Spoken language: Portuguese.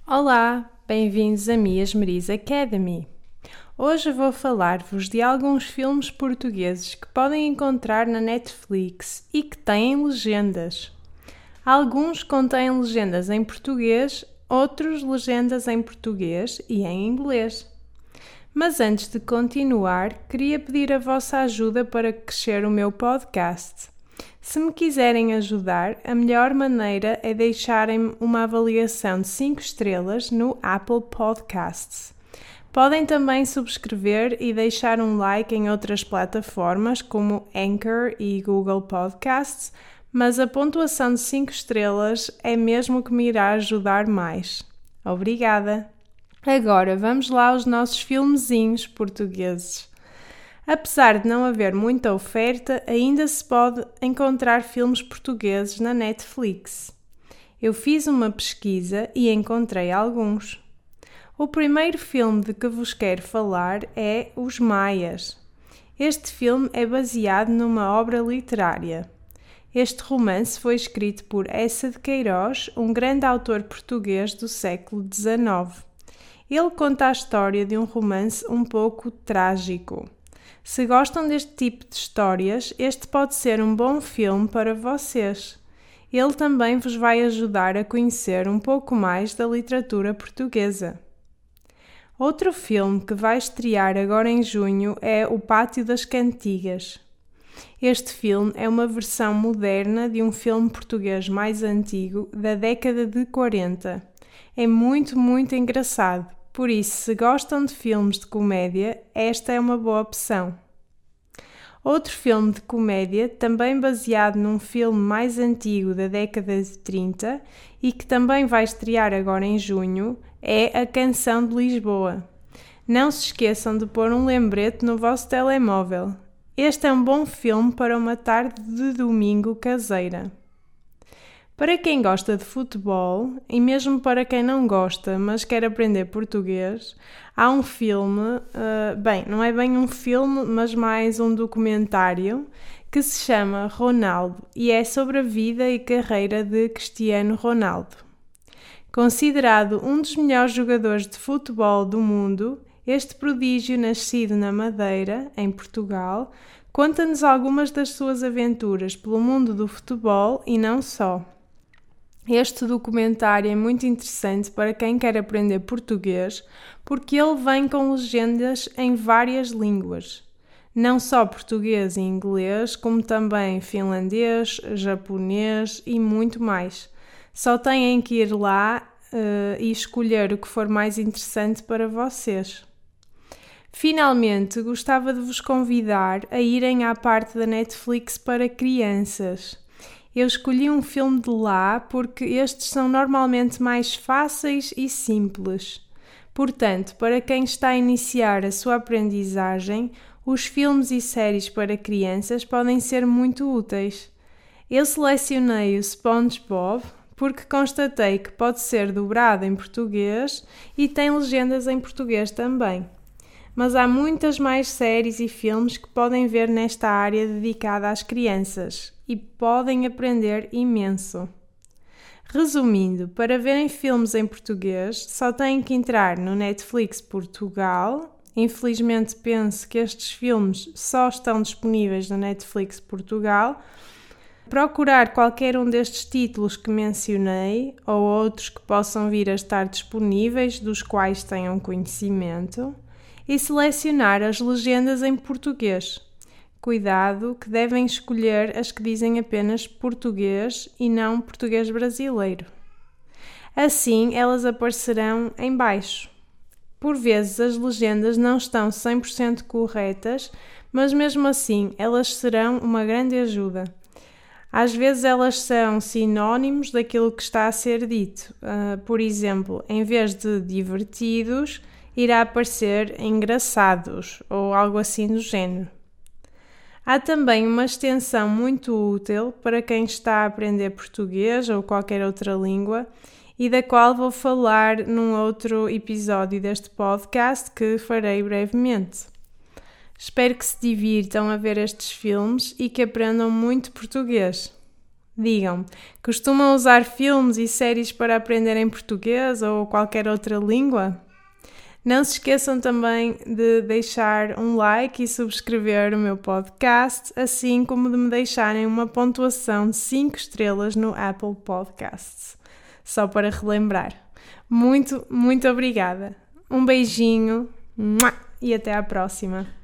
Olá, bem-vindos a Mias Meris Academy. Hoje vou falar-vos de alguns filmes portugueses que podem encontrar na Netflix e que têm legendas. Alguns contêm legendas em português, outros legendas em português e em inglês. Mas antes de continuar, queria pedir a vossa ajuda para crescer o meu podcast. Se me quiserem ajudar, a melhor maneira é deixarem-me uma avaliação de 5 estrelas no Apple Podcasts. Podem também subscrever e deixar um like em outras plataformas como Anchor e Google Podcasts, mas a pontuação de 5 estrelas é mesmo o que me irá ajudar mais. Obrigada! Agora vamos lá aos nossos filmezinhos portugueses. Apesar de não haver muita oferta, ainda se pode encontrar filmes portugueses na Netflix. Eu fiz uma pesquisa e encontrei alguns. O primeiro filme de que vos quero falar é Os Maias. Este filme é baseado numa obra literária. Este romance foi escrito por Eça de Queiroz, um grande autor português do século XIX. Ele conta a história de um romance um pouco trágico. Se gostam deste tipo de histórias, este pode ser um bom filme para vocês. Ele também vos vai ajudar a conhecer um pouco mais da literatura portuguesa. Outro filme que vai estrear agora em junho é O Pátio das Cantigas. Este filme é uma versão moderna de um filme português mais antigo da década de 40. É muito engraçado. Por isso, se gostam de filmes de comédia, esta é uma boa opção. Outro filme de comédia, também baseado num filme mais antigo da década de 30 e que também vai estrear agora em junho, é A Canção de Lisboa. Não se esqueçam de pôr um lembrete no vosso telemóvel. Este é um bom filme para uma tarde de domingo caseira. Para quem gosta de futebol, e mesmo para quem não gosta, mas quer aprender português, há um filme, não é bem um filme, mas mais um documentário, que se chama Ronaldo e é sobre a vida e carreira de Cristiano Ronaldo. Considerado um dos melhores jogadores de futebol do mundo, este prodígio nascido na Madeira, em Portugal, conta-nos algumas das suas aventuras pelo mundo do futebol e não só. Este documentário é muito interessante para quem quer aprender português, porque ele vem com legendas em várias línguas. Não só português e inglês, como também finlandês, japonês e muito mais. Só têm que ir lá e escolher o que for mais interessante para vocês. Finalmente, gostava de vos convidar a irem à parte da Netflix para crianças. Eu escolhi um filme de lá porque estes são normalmente mais fáceis e simples. Portanto, para quem está a iniciar a sua aprendizagem, os filmes e séries para crianças podem ser muito úteis. Eu selecionei o SpongeBob porque constatei que pode ser dobrado em português e tem legendas em português também. Mas há muitas mais séries e filmes que podem ver nesta área dedicada às crianças e podem aprender imenso. Resumindo, para verem filmes em português, só têm que entrar no Netflix Portugal. Infelizmente penso que estes filmes só estão disponíveis na Netflix Portugal. Procurar qualquer um destes títulos que mencionei ou outros que possam vir a estar disponíveis, dos quais tenham conhecimento, e selecionar as legendas em português. Cuidado que devem escolher as que dizem apenas português e não português brasileiro. Assim, elas aparecerão em baixo. Por vezes as legendas não estão 100% corretas, mas mesmo assim elas serão uma grande ajuda. Às vezes elas são sinónimos daquilo que está a ser dito. Por exemplo, em vez de divertidos, irá aparecer engraçados ou algo assim do género. Há também uma extensão muito útil para quem está a aprender português ou qualquer outra língua e da qual vou falar num outro episódio deste podcast que farei brevemente. Espero que se divirtam a ver estes filmes e que aprendam muito português. Digam-me, costumam usar filmes e séries para aprenderem português ou qualquer outra língua? Não se esqueçam também de deixar um like e subscrever o meu podcast, assim como de me deixarem uma pontuação de 5 estrelas no Apple Podcasts. Só para relembrar. Muito, muito obrigada. Um beijinho e até à próxima.